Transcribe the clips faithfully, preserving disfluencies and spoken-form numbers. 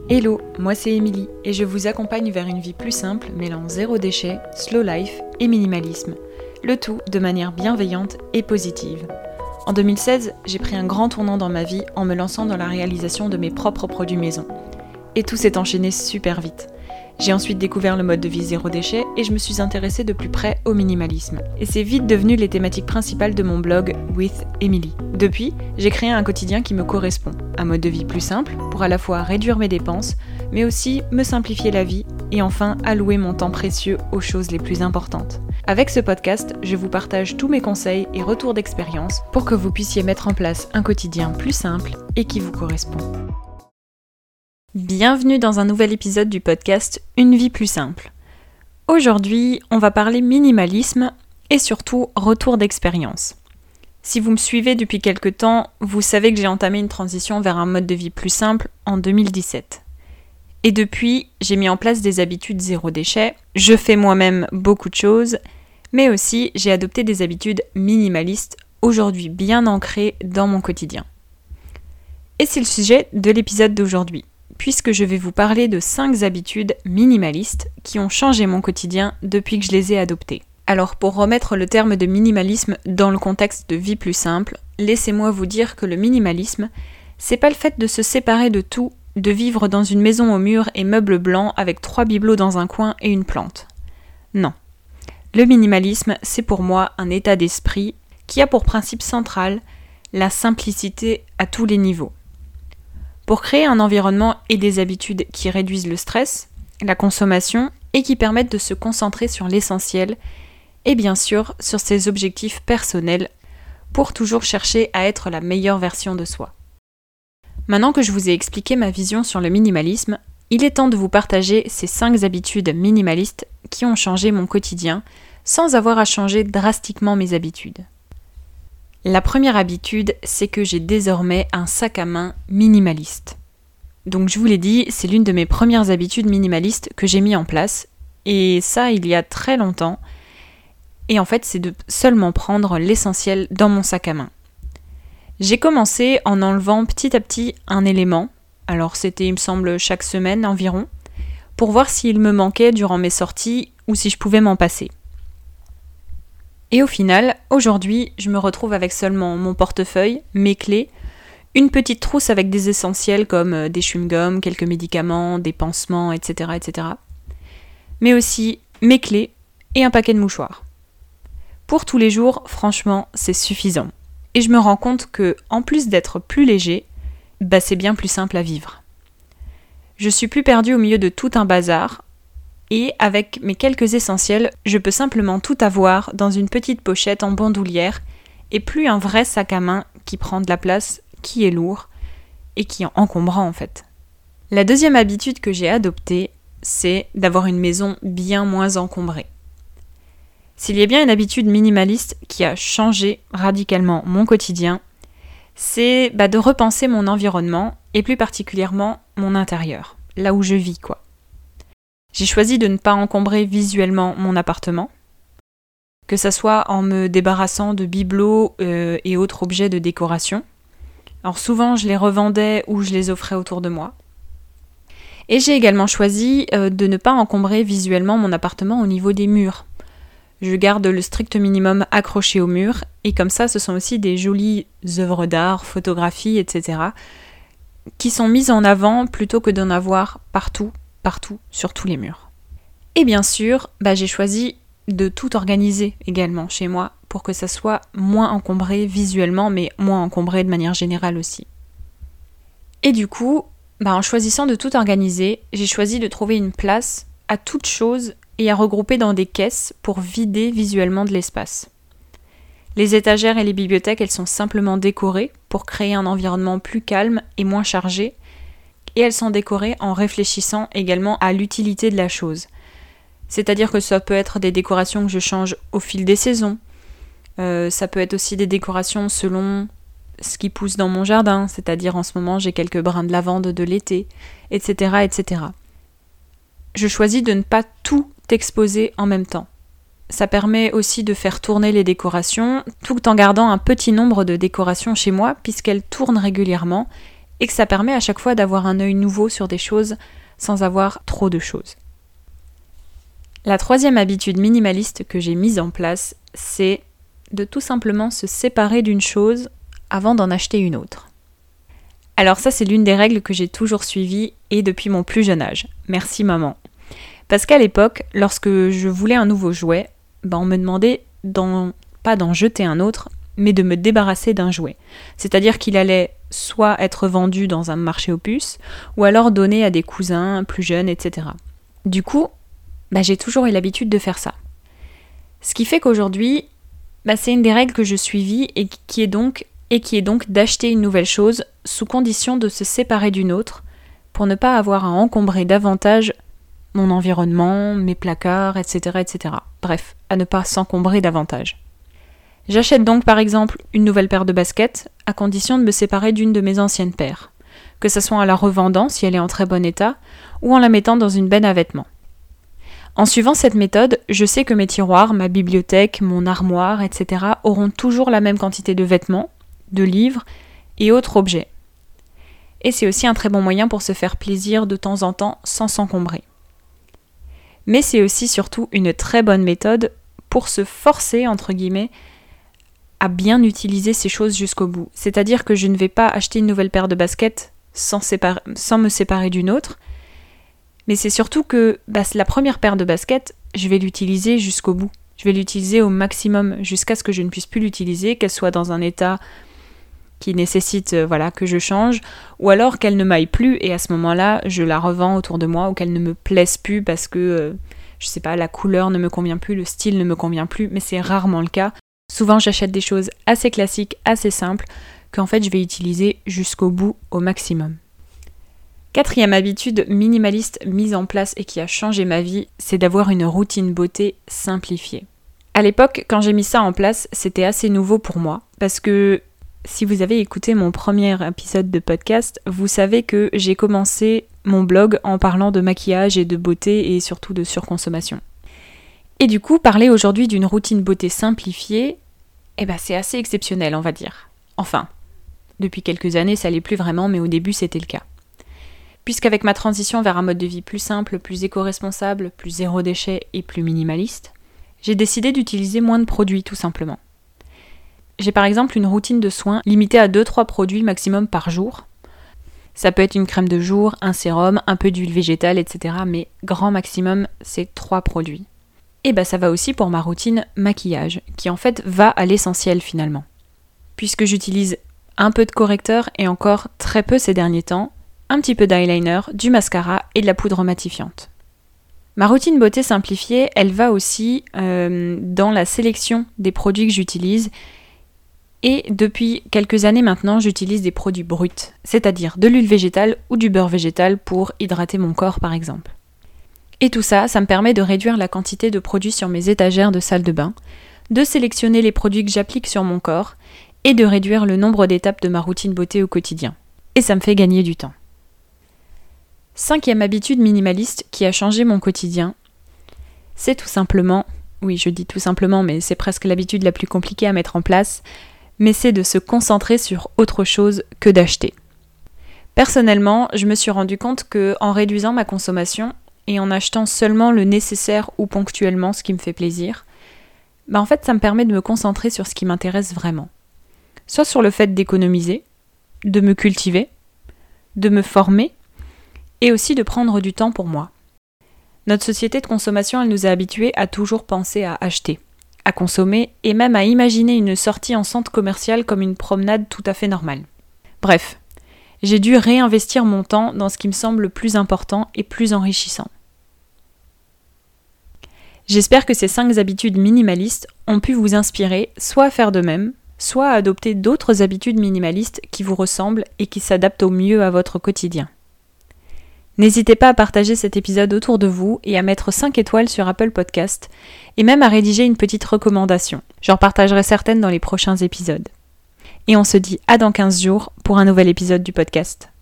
Hello, moi c'est Émilie et je vous accompagne vers une vie plus simple mêlant zéro déchet, slow life et minimalisme. Le tout de manière bienveillante et positive. En deux mille seize, j'ai pris un grand tournant dans ma vie en me lançant dans la réalisation de mes propres produits maison. Et tout s'est enchaîné super vite. J'ai ensuite découvert le mode de vie zéro déchet et je me suis intéressée de plus près au minimalisme. Et c'est vite devenu les thématiques principales de mon blog With Emily. Depuis, j'ai créé un quotidien qui me correspond. Un mode de vie plus simple pour à la fois réduire mes dépenses, mais aussi me simplifier la vie et enfin allouer mon temps précieux aux choses les plus importantes. Avec ce podcast, je vous partage tous mes conseils et retours d'expérience pour que vous puissiez mettre en place un quotidien plus simple et qui vous correspond. Bienvenue dans un nouvel épisode du podcast Une vie plus simple. Aujourd'hui, on va parler minimalisme et surtout retour d'expérience. Si vous me suivez depuis quelque temps, vous savez que j'ai entamé une transition vers un mode de vie plus simple en deux mille dix-sept. Et depuis, j'ai mis en place des habitudes zéro déchet, je fais moi-même beaucoup de choses, mais aussi j'ai adopté des habitudes minimalistes, aujourd'hui bien ancrées dans mon quotidien. Et c'est le sujet de l'épisode d'aujourd'hui, puisque je vais vous parler de cinq habitudes minimalistes qui ont changé mon quotidien depuis que je les ai adoptées. Alors pour remettre le terme de minimalisme dans le contexte de vie plus simple, laissez-moi vous dire que le minimalisme, c'est pas le fait de se séparer de tout, de vivre dans une maison aux murs et meubles blancs avec trois bibelots dans un coin et une plante. Non. Le minimalisme, c'est pour moi un état d'esprit qui a pour principe central la simplicité à tous les niveaux. Pour créer un environnement et des habitudes qui réduisent le stress, la consommation et qui permettent de se concentrer sur l'essentiel et bien sûr sur ses objectifs personnels pour toujours chercher à être la meilleure version de soi. Maintenant que je vous ai expliqué ma vision sur le minimalisme, il est temps de vous partager ces cinq habitudes minimalistes qui ont changé mon quotidien sans avoir à changer drastiquement mes habitudes. La première habitude, c'est que j'ai désormais un sac à main minimaliste. Donc je vous l'ai dit, c'est l'une de mes premières habitudes minimalistes que j'ai mis en place, et ça il y a très longtemps, et en fait c'est de seulement prendre l'essentiel dans mon sac à main. J'ai commencé en enlevant petit à petit un élément, alors c'était il me semble chaque semaine environ, pour voir s'il me manquait durant mes sorties ou si je pouvais m'en passer. Et au final, aujourd'hui, je me retrouve avec seulement mon portefeuille, mes clés, une petite trousse avec des essentiels comme des chewing-gums, quelques médicaments, des pansements, et cetera, et cetera. Mais aussi mes clés et un paquet de mouchoirs. Pour tous les jours, franchement, c'est suffisant. Et je me rends compte que, en plus d'être plus léger, bah c'est bien plus simple à vivre. Je suis plus perdue au milieu de tout un bazar, et avec mes quelques essentiels, je peux simplement tout avoir dans une petite pochette en bandoulière et plus un vrai sac à main qui prend de la place, qui est lourd et qui est encombrant en fait. La deuxième habitude que j'ai adoptée, c'est d'avoir une maison bien moins encombrée. S'il y a bien une habitude minimaliste qui a changé radicalement mon quotidien, c'est bah, de repenser mon environnement et plus particulièrement mon intérieur, là où je vis quoi. J'ai choisi de ne pas encombrer visuellement mon appartement, que ça soit en me débarrassant de bibelots euh, et autres objets de décoration. Alors souvent je les revendais ou je les offrais autour de moi. Et j'ai également choisi euh, de ne pas encombrer visuellement mon appartement au niveau des murs. Je garde le strict minimum accroché au mur et comme ça ce sont aussi des jolies œuvres d'art, photographies, et cetera qui sont mises en avant plutôt que d'en avoir partout. partout, sur tous les murs. Et bien sûr, bah, j'ai choisi de tout organiser également chez moi pour que ça soit moins encombré visuellement, mais moins encombré de manière générale aussi. Et du coup, bah, en choisissant de tout organiser, j'ai choisi de trouver une place à toute chose et à regrouper dans des caisses pour vider visuellement de l'espace. Les étagères et les bibliothèques, elles sont simplement décorées pour créer un environnement plus calme et moins chargé, et elles sont décorées en réfléchissant également à l'utilité de la chose. C'est-à-dire que ça peut être des décorations que je change au fil des saisons, euh, ça peut être aussi des décorations selon ce qui pousse dans mon jardin, c'est-à-dire en ce moment j'ai quelques brins de lavande de l'été, et cetera, et cetera. Je choisis de ne pas tout exposer en même temps. Ça permet aussi de faire tourner les décorations, tout en gardant un petit nombre de décorations chez moi, puisqu'elles tournent régulièrement, et que ça permet à chaque fois d'avoir un œil nouveau sur des choses sans avoir trop de choses. La troisième habitude minimaliste que j'ai mise en place, c'est de tout simplement se séparer d'une chose avant d'en acheter une autre. Alors ça, c'est l'une des règles que j'ai toujours suivies et depuis mon plus jeune âge. Merci maman. Parce qu'à l'époque, lorsque je voulais un nouveau jouet, ben on me demandait d'en, pas d'en jeter un autre, mais de me débarrasser d'un jouet. C'est-à-dire qu'il allait soit être vendu dans un marché aux puces, ou alors donné à des cousins plus jeunes, et cetera. Du coup, ben j'ai toujours eu l'habitude de faire ça. Ce qui fait qu'aujourd'hui, ben c'est une des règles que je suivis et qui est donc et qui est donc d'acheter une nouvelle chose sous condition de se séparer d'une autre pour ne pas avoir à encombrer davantage mon environnement, mes placards, et cetera, et cetera. Bref, à ne pas s'encombrer davantage. J'achète donc par exemple une nouvelle paire de baskets à condition de me séparer d'une de mes anciennes paires, que ce soit en la revendant si elle est en très bon état ou en la mettant dans une benne à vêtements. En suivant cette méthode, je sais que mes tiroirs, ma bibliothèque, mon armoire, et cetera auront toujours la même quantité de vêtements, de livres et autres objets. Et c'est aussi un très bon moyen pour se faire plaisir de temps en temps sans s'encombrer. Mais c'est aussi surtout une très bonne méthode pour se forcer, entre guillemets, à bien utiliser ces choses jusqu'au bout. C'est-à-dire que je ne vais pas acheter une nouvelle paire de baskets sans, séparer, sans me séparer d'une autre, mais c'est surtout que bah, la première paire de baskets, je vais l'utiliser jusqu'au bout. Je vais l'utiliser au maximum jusqu'à ce que je ne puisse plus l'utiliser, qu'elle soit dans un état qui nécessite euh, voilà, que je change, ou alors qu'elle ne m'aille plus et à ce moment-là, je la revends autour de moi ou qu'elle ne me plaise plus parce que, euh, je sais pas, la couleur ne me convient plus, le style ne me convient plus, mais c'est rarement le cas. Souvent, j'achète des choses assez classiques, assez simples, qu'en fait, je vais utiliser jusqu'au bout, au maximum. Quatrième habitude minimaliste mise en place et qui a changé ma vie, c'est d'avoir une routine beauté simplifiée. À l'époque, quand j'ai mis ça en place, c'était assez nouveau pour moi, parce que si vous avez écouté mon premier épisode de podcast, vous savez que j'ai commencé mon blog en parlant de maquillage et de beauté et surtout de surconsommation. Et du coup, parler aujourd'hui d'une routine beauté simplifiée, eh ben c'est assez exceptionnel, on va dire. Enfin, depuis quelques années, ça l'est plus vraiment, mais au début, c'était le cas. Puisqu'avec ma transition vers un mode de vie plus simple, plus éco-responsable, plus zéro déchet et plus minimaliste, j'ai décidé d'utiliser moins de produits, tout simplement. J'ai par exemple une routine de soins limitée à deux à trois produits maximum par jour. Ça peut être une crème de jour, un sérum, un peu d'huile végétale, et cetera. Mais grand maximum, c'est trois produits. Et bah ça va aussi pour ma routine maquillage, qui en fait va à l'essentiel finalement. Puisque j'utilise un peu de correcteur et encore très peu ces derniers temps, un petit peu d'eyeliner, du mascara et de la poudre matifiante. Ma routine beauté simplifiée, elle va aussi euh, dans la sélection des produits que j'utilise. Et depuis quelques années maintenant, j'utilise des produits bruts, c'est-à-dire de l'huile végétale ou du beurre végétal pour hydrater mon corps par exemple. Et tout ça, ça me permet de réduire la quantité de produits sur mes étagères de salle de bain, de sélectionner les produits que j'applique sur mon corps et de réduire le nombre d'étapes de ma routine beauté au quotidien. Et ça me fait gagner du temps. Cinquième habitude minimaliste qui a changé mon quotidien, c'est tout simplement, oui je dis tout simplement mais c'est presque l'habitude la plus compliquée à mettre en place, mais c'est de se concentrer sur autre chose que d'acheter. Personnellement, je me suis rendu compte qu'en réduisant ma consommation et en achetant seulement le nécessaire ou ponctuellement ce qui me fait plaisir, bah en fait ça me permet de me concentrer sur ce qui m'intéresse vraiment. Soit sur le fait d'économiser, de me cultiver, de me former et aussi de prendre du temps pour moi. Notre société de consommation, elle nous a habitués à toujours penser à acheter, à consommer et même à imaginer une sortie en centre commercial comme une promenade tout à fait normale. Bref, j'ai dû réinvestir mon temps dans ce qui me semble le plus important et plus enrichissant. J'espère que ces cinq habitudes minimalistes ont pu vous inspirer soit à faire de même, soit à adopter d'autres habitudes minimalistes qui vous ressemblent et qui s'adaptent au mieux à votre quotidien. N'hésitez pas à partager cet épisode autour de vous et à mettre cinq étoiles sur Apple Podcast et même à rédiger une petite recommandation. J'en partagerai certaines dans les prochains épisodes. Et on se dit à dans quinze jours pour un nouvel épisode du podcast.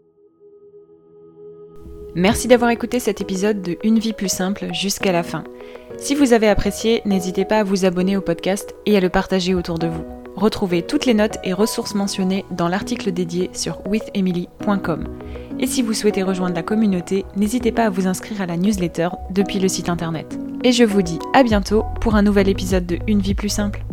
Merci d'avoir écouté cet épisode de Une vie plus simple jusqu'à la fin. Si vous avez apprécié, n'hésitez pas à vous abonner au podcast et à le partager autour de vous. Retrouvez toutes les notes et ressources mentionnées dans l'article dédié sur with emily point com. Et si vous souhaitez rejoindre la communauté, n'hésitez pas à vous inscrire à la newsletter depuis le site internet. Et je vous dis à bientôt pour un nouvel épisode de Une vie plus simple.